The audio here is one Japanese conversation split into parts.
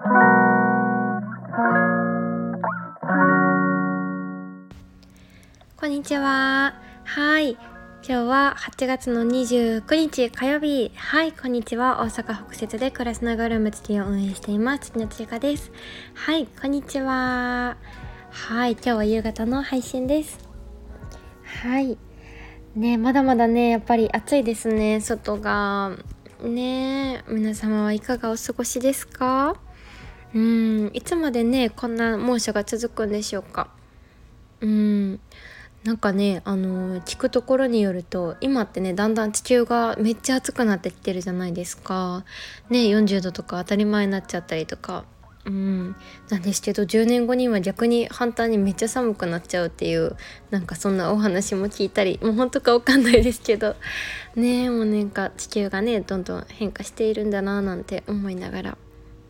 こんにちは。はい。今日は8月の29日火曜日。はい、こんにちは。大阪北節で暮らすながらムツティを運営しています。月のちかです。はい、こんにちは。はい、今日は夕方の配信です。はい。ね、まだまだね、やっぱり暑いですね、外が。ね、皆様はいかがお過ごしですか？いつまでね、こんな猛暑が続くんでしょうか。なんかね、聞くところによると今ってね、だんだん地球がめっちゃ暑くなってきてるじゃないですかね。40度とか当たり前になっちゃったりとかなんですけど、10年後には逆に反対にめっちゃ寒くなっちゃうっていう、なんかそんなお話も聞いたり、もう本当かわかんないですけどね、もうなんか地球がねどんどん変化しているんだななんて思いながら、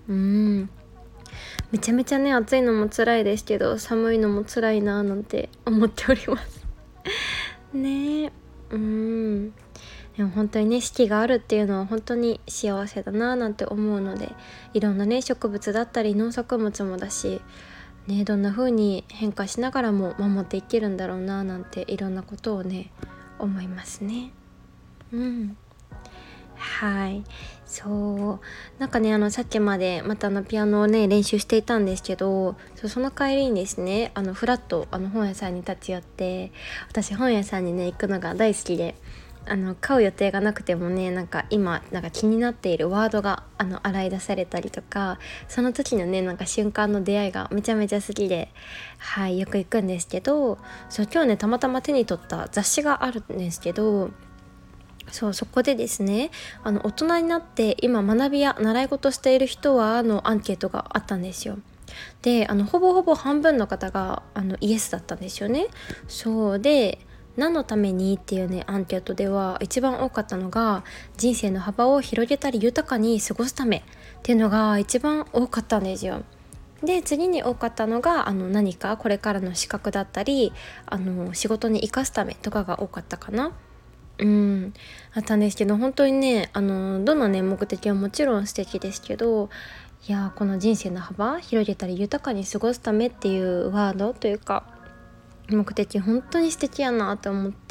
めちゃめちゃね暑いのも辛いですけど、寒いのも辛いななんて思っておりますね。でも本当にね、四季があるっていうのは本当に幸せだななんて思うので、いろんなね植物だったり農作物もだしね、どんな風に変化しながらも守っていけるんだろうななんて、いろんなことをね思いますね。はい、そうなんかね、さっきまでまたピアノをね練習していたんですけど、その帰りにですね、フラッと本屋さんに立ち寄って、私本屋さんにね行くのが大好きで、買う予定がなくてもね、なんか今なんか気になっているワードが洗い出されたりとか、その時のねなんか瞬間の出会いがめちゃめちゃ好きで、はい、よく行くんですけど、そう今日ねたまたま手に取った雑誌があるんですけど、そこでですね、大人になって今学びや習い事している人はのアンケートがあったんですよ。でほぼほぼ半分の方がイエスだったんですよね。そうで、何のためにっていうねアンケートでは一番多かったのが、人生の幅を広げたり豊かに過ごすためっていうのが一番多かったんですよ。で次に多かったのが何かこれからの資格だったり仕事に生かすためとかが多かったかな。あったんですけど、本当にねどのね目的はもちろん素敵ですけど、いやこの人生の幅広げたり豊かに過ごすためっていうワードというか目的、本当に素敵やなと思って、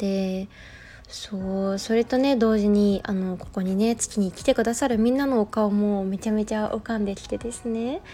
それとね同時にここにね月に来てくださるみんなのお顔もめちゃめちゃ浮かんできてですね、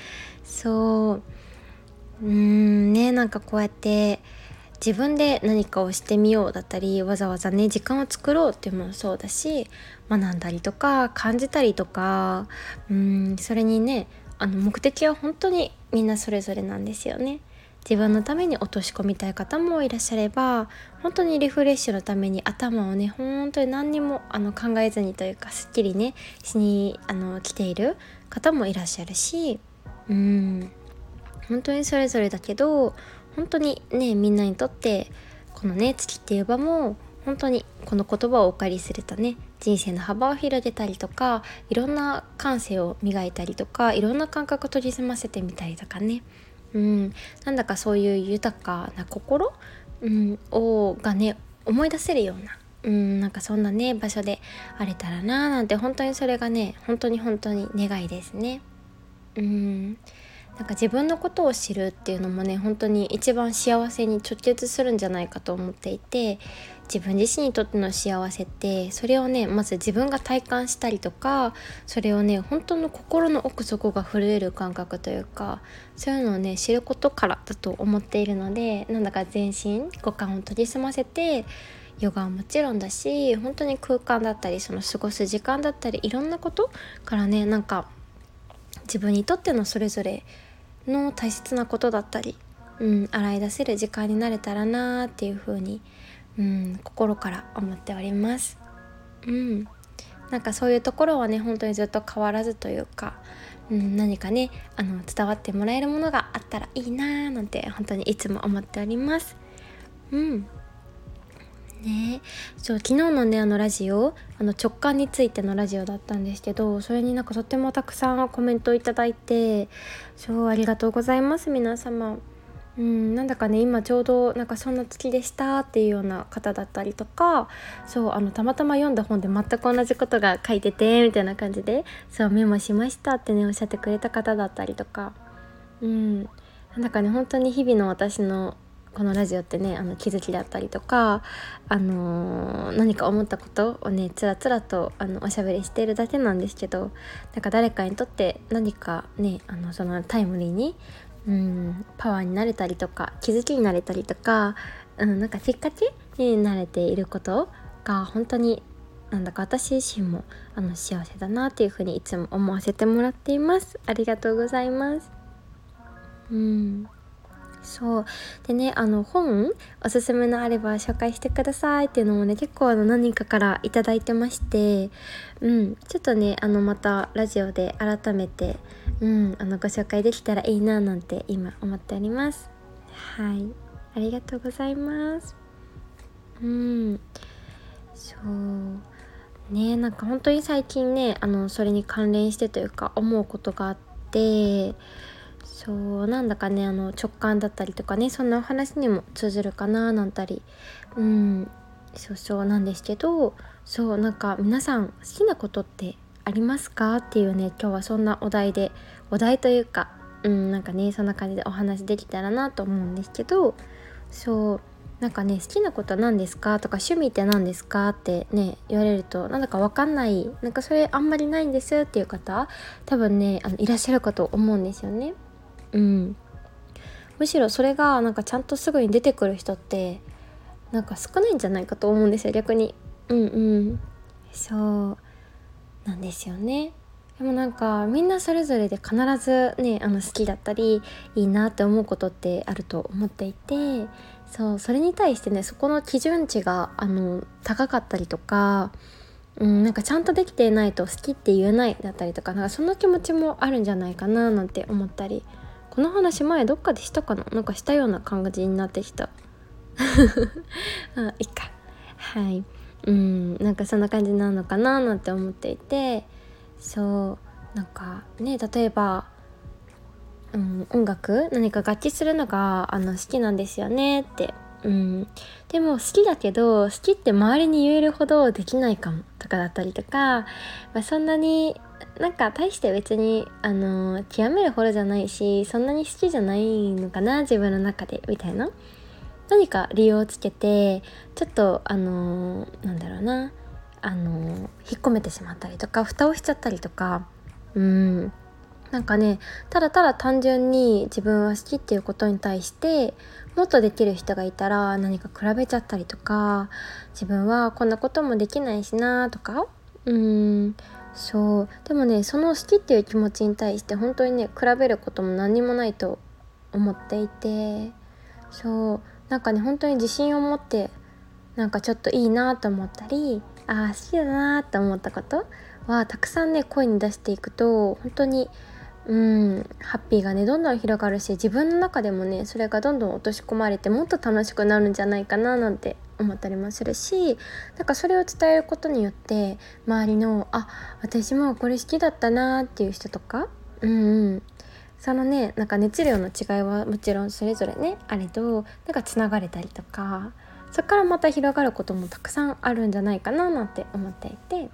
なんかこうやって自分で何かをしてみようだったり、わざわざね時間を作ろうっていうのもそうだし、学んだりとか感じたりとか、それにね目的は本当にみんなそれぞれなんですよね。自分のために落とし込みたい方もいらっしゃれば、本当にリフレッシュのために頭をね本当に何にも考えずにというか、すっきりねしに来ている方もいらっしゃるし、本当にそれぞれだけど、本当にねみんなにとってこのね月っていう場も本当にこの言葉をお借りするとね、人生の幅を広げたりとか、いろんな感性を磨いたりとか、いろんな感覚を研ぎ澄ませてみたりとかね、なんだかそういう豊かな心、がね思い出せるような、なんかそんなね場所であれたらななんて、本当にそれがね本当に本当に願いですね。なんか自分のことを知るっていうのもね、本当に一番幸せに直結するんじゃないかと思っていて、自分自身にとっての幸せって、それをねまず自分が体感したりとか、それをね本当の心の奥底が震える感覚というか、そういうのをね知ることからだと思っているので、なんだか全身五感を研ぎ澄ませて、ヨガはもちろんだし、本当に空間だったり、その過ごす時間だったり、いろんなことからね、なんか自分にとってのそれぞれの大切なことだったり、洗い出せる時間になれたらなっていう風に、心から思っております。なんかそういうところはね本当にずっと変わらずというか、何かね伝わってもらえるものがあったらいいななんて本当にいつも思っております。昨日のねラジオ、直感についてのラジオだったんですけど、それになんかとってもたくさんコメントをいただいて、ありがとうございます皆様。 なんだかね今ちょうどなんかそんな月でしたっていうような方だったりとか、そうたまたま読んだ本で全く同じことが書いててみたいな感じで、そうメモしましたってねおっしゃってくれた方だったりとか、なんだかね本当に日々の私のこのラジオってね気づきだったりとか、何か思ったことをねつらつらとおしゃべりしているだけなんですけど、なんか誰かにとって何かねそのタイムリーにパワーになれたりとか気づきになれたりとか、なんかきっかけになれていることが本当になんだか私自身も幸せだなっていうふうにいつも思わせてもらっています。ありがとうございます。そうでね本おすすめのあれば紹介してくださいっていうのもね結構何人かからいただいてまして、ちょっとねまたラジオで改めてご紹介できたらいいななんて今思っております。はい、ありがとうございます。そうね、なんか本当に最近ねそれに関連してというか思うことがあって、そうなんだかね直感だったりとかねそんなお話にも通ずるかななんたり、そうなんですけど、そうなんか皆さん好きなことってありますかっていうね今日はそんなお題というかなんかねそんな感じでお話できたらなと思うんですけど、そうなんかね好きなことは何ですかとか趣味って何ですかってね言われるとなんだか分かんない、なんかそれあんまりないんですっていう方多分ねいらっしゃるかと思うんですよね。むしろそれがなんかちゃんとすぐに出てくる人ってなんか少ないんじゃないかと思うんですよ逆に。そうなんですよね。でもなんかみんなそれぞれで必ずね好きだったりいいなって思うことってあると思っていて、それに対してねそこの基準値が高かったりとか、なんかちゃんとできていないと好きって言えないだったりとか、なんかその気持ちもあるんじゃないかななんて思ったり、この話前どっかでしたかな、なんかしたような感じになってきたいいか、はいなんかそんな感じなのかななんて思っていて、そうなんかね例えば、音楽何か楽器するのが好きなんですよねって、でも好きだけど好きって周りに言えるほどできないかもとかだったりとか、そんなになんか大して別に極めるほどじゃないしそんなに好きじゃないのかな自分の中でみたいな何か理由をつけてちょっとなんだろうな引っ込めてしまったりとか蓋をしちゃったりとか、なんかねただただ単純に自分は好きっていうことに対してもっとできる人がいたら何か比べちゃったりとか、自分はこんなこともできないしなとか、そうでもねその好きっていう気持ちに対して本当にね比べることも何にもないと思っていて、そうなんかね本当に自信を持ってなんかちょっといいなと思ったり好きだなと思ったことはたくさんね声に出していくと本当にハッピーがねどんどん広がるし、自分の中でもねそれがどんどん落とし込まれてもっと楽しくなるんじゃないかななんて思ったりもするし、なんかそれを伝えることによって周りの私もこれ好きだったなっていう人とかそのねなんか熱量の違いはもちろんそれぞれねあれどなんかつながれたりとかそこからまた広がることもたくさんあるんじゃないかななんて思っていて、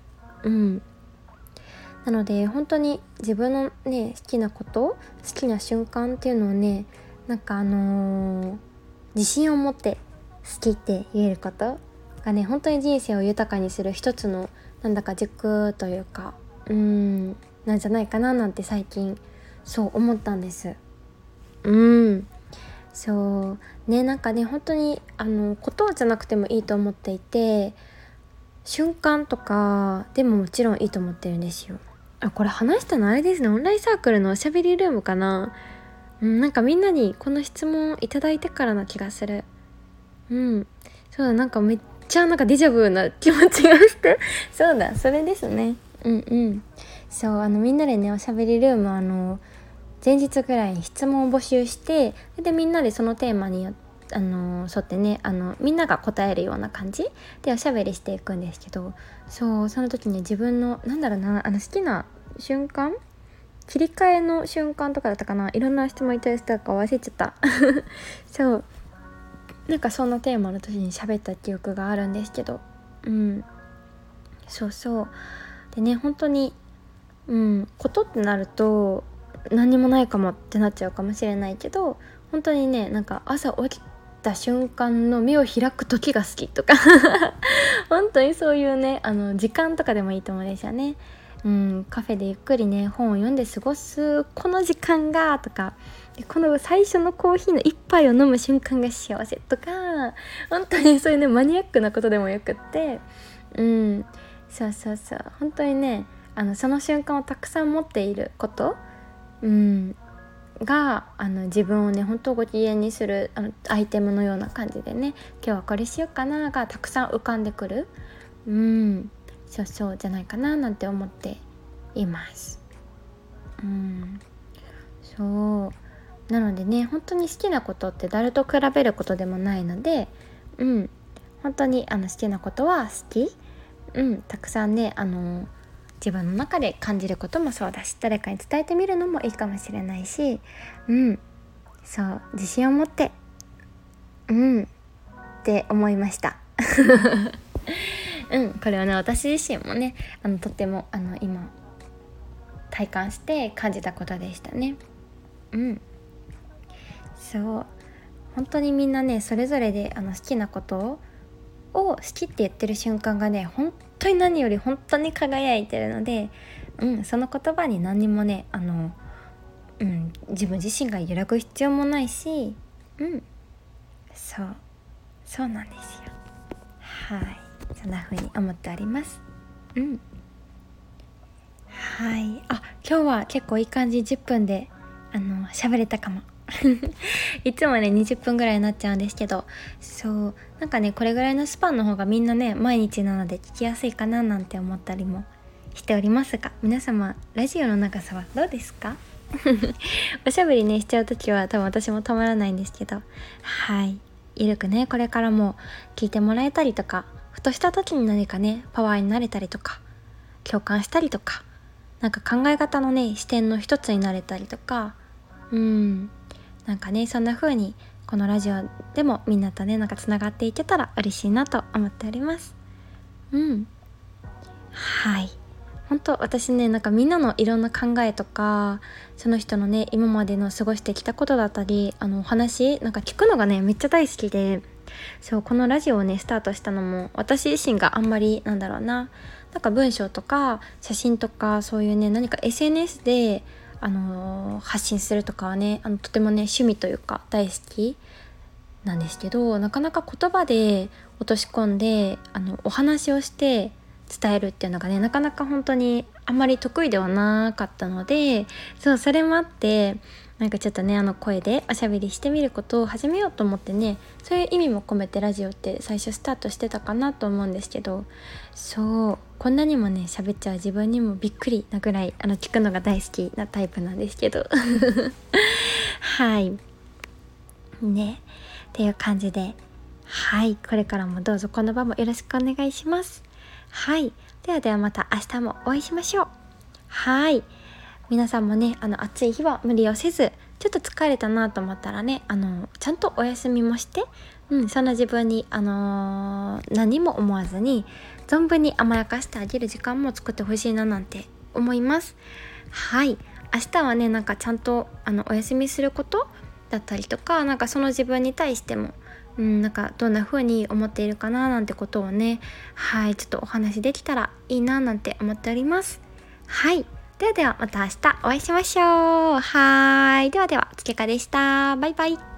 なので本当に自分のね好きなこと好きな瞬間っていうのをねなんか自信を持って好きって言えることがね本当に人生を豊かにする一つのなんだか軸というかなんじゃないかななんて最近そう思ったんです。そうねなんかね本当にことじゃなくてもいいと思っていて、瞬間とかでももちろんいいと思ってるんですよ。これ話したのあれですね、オンラインサークルのおしゃべりルームかな。なんかみんなにこの質問いただいてからな気がする。そうだ、なんかめっちゃなんかデジャブな気持ちがしてそうだそれですね。そうみんなでねおしゃべりルーム前日ぐらいに質問を募集してでみんなでそのテーマに沿ってねみんなが答えるような感じでおしゃべりしていくんですけど、その時に自分のなんだろうな好きな瞬間切り替えの瞬間とかだったかな、いろんな質問いただいたか忘れちゃったそうなんかそんなテーマの時に喋った記憶があるんですけど、そうそうでね、本当にことってなると何にもないかもってなっちゃうかもしれないけど、本当にね、なんか朝起きた瞬間の目を開く時が好きとか本当にそういうね、時間とかでもいいと思うんですよね。カフェでゆっくりね本を読んで過ごすこの時間がとか、この最初のコーヒーの一杯を飲む瞬間が幸せとか、本当にそういうねマニアックなことでもよくって、そう本当にね、その瞬間をたくさん持っていること、が自分をね本当ご機嫌にするアイテムのような感じでね、今日はこれしようかながたくさん浮かんでくる、そうじゃないかななんて思っています。そうなのでね、本当に好きなことって誰と比べることでもないので、本当に好きなことは好き、たくさんね自分の中で感じることもそうだし、誰かに伝えてみるのもいいかもしれないし、そう自信を持ってって思いましたこれはね私自身もねとっても今体感して感じたことでしたね。そう本当にみんなねそれぞれで好きなことを好きって言ってる瞬間がね本当に何より本当に輝いてるので、その言葉に何にもね自分自身が揺らぐ必要もないし、そうなんですよ。そんな風に思っております。今日は結構いい感じ10分で喋れたかもいつもね20分ぐらいになっちゃうんですけど、そうなんかねこれぐらいのスパンの方がみんなね毎日なので聞きやすいかななんて思ったりもしておりますが、皆様ラジオの長さはどうですかおしゃべりねしちゃうときは多分私もたまらないんですけど、ゆるくねこれからも聞いてもらえたりとか、ふとした時に何かねパワーになれたりとか共感したりとか、なんか考え方のね視点の一つになれたりとか、なんかねそんな風にこのラジオでもみんなとねなんかつながっていけたら嬉しいなと思っております。本当私ねなんかみんなのいろんな考えとか、その人のね今までの過ごしてきたことだったりお話なんか聞くのがねめっちゃ大好きで、そうこのラジオをねスタートしたのも私自身があんまりなんか文章とか写真とかそういうね何か SNS で発信するとかはねとてもね趣味というか大好きなんですけど、なかなか言葉で落とし込んでお話をして伝えるっていうのがねなかなか本当にあんまり得意ではなかったので、それもあってなんかちょっとね声でおしゃべりしてみることを始めようと思ってね、そういう意味も込めてラジオって最初スタートしてたかなと思うんですけど、こんなにもね喋っちゃう自分にもびっくりなぐらい聞くのが大好きなタイプなんですけどねっていう感じでこれからもどうぞこの場もよろしくお願いします。ではまた明日もお会いしましょう。皆さんもね暑い日は無理をせず、ちょっと疲れたなと思ったらねちゃんとお休みもして、そんな自分に何も思わずに存分に甘やかしてあげる時間も作ってほしいななんて思います。明日はねなんかちゃんとお休みすることだったりとか、なんかその自分に対してもなんかどんな風に思っているかななんてことをねちょっとお話できたらいいななんて思っております。ではまた明日お会いしましょう。ではおつけかでした。バイバイ。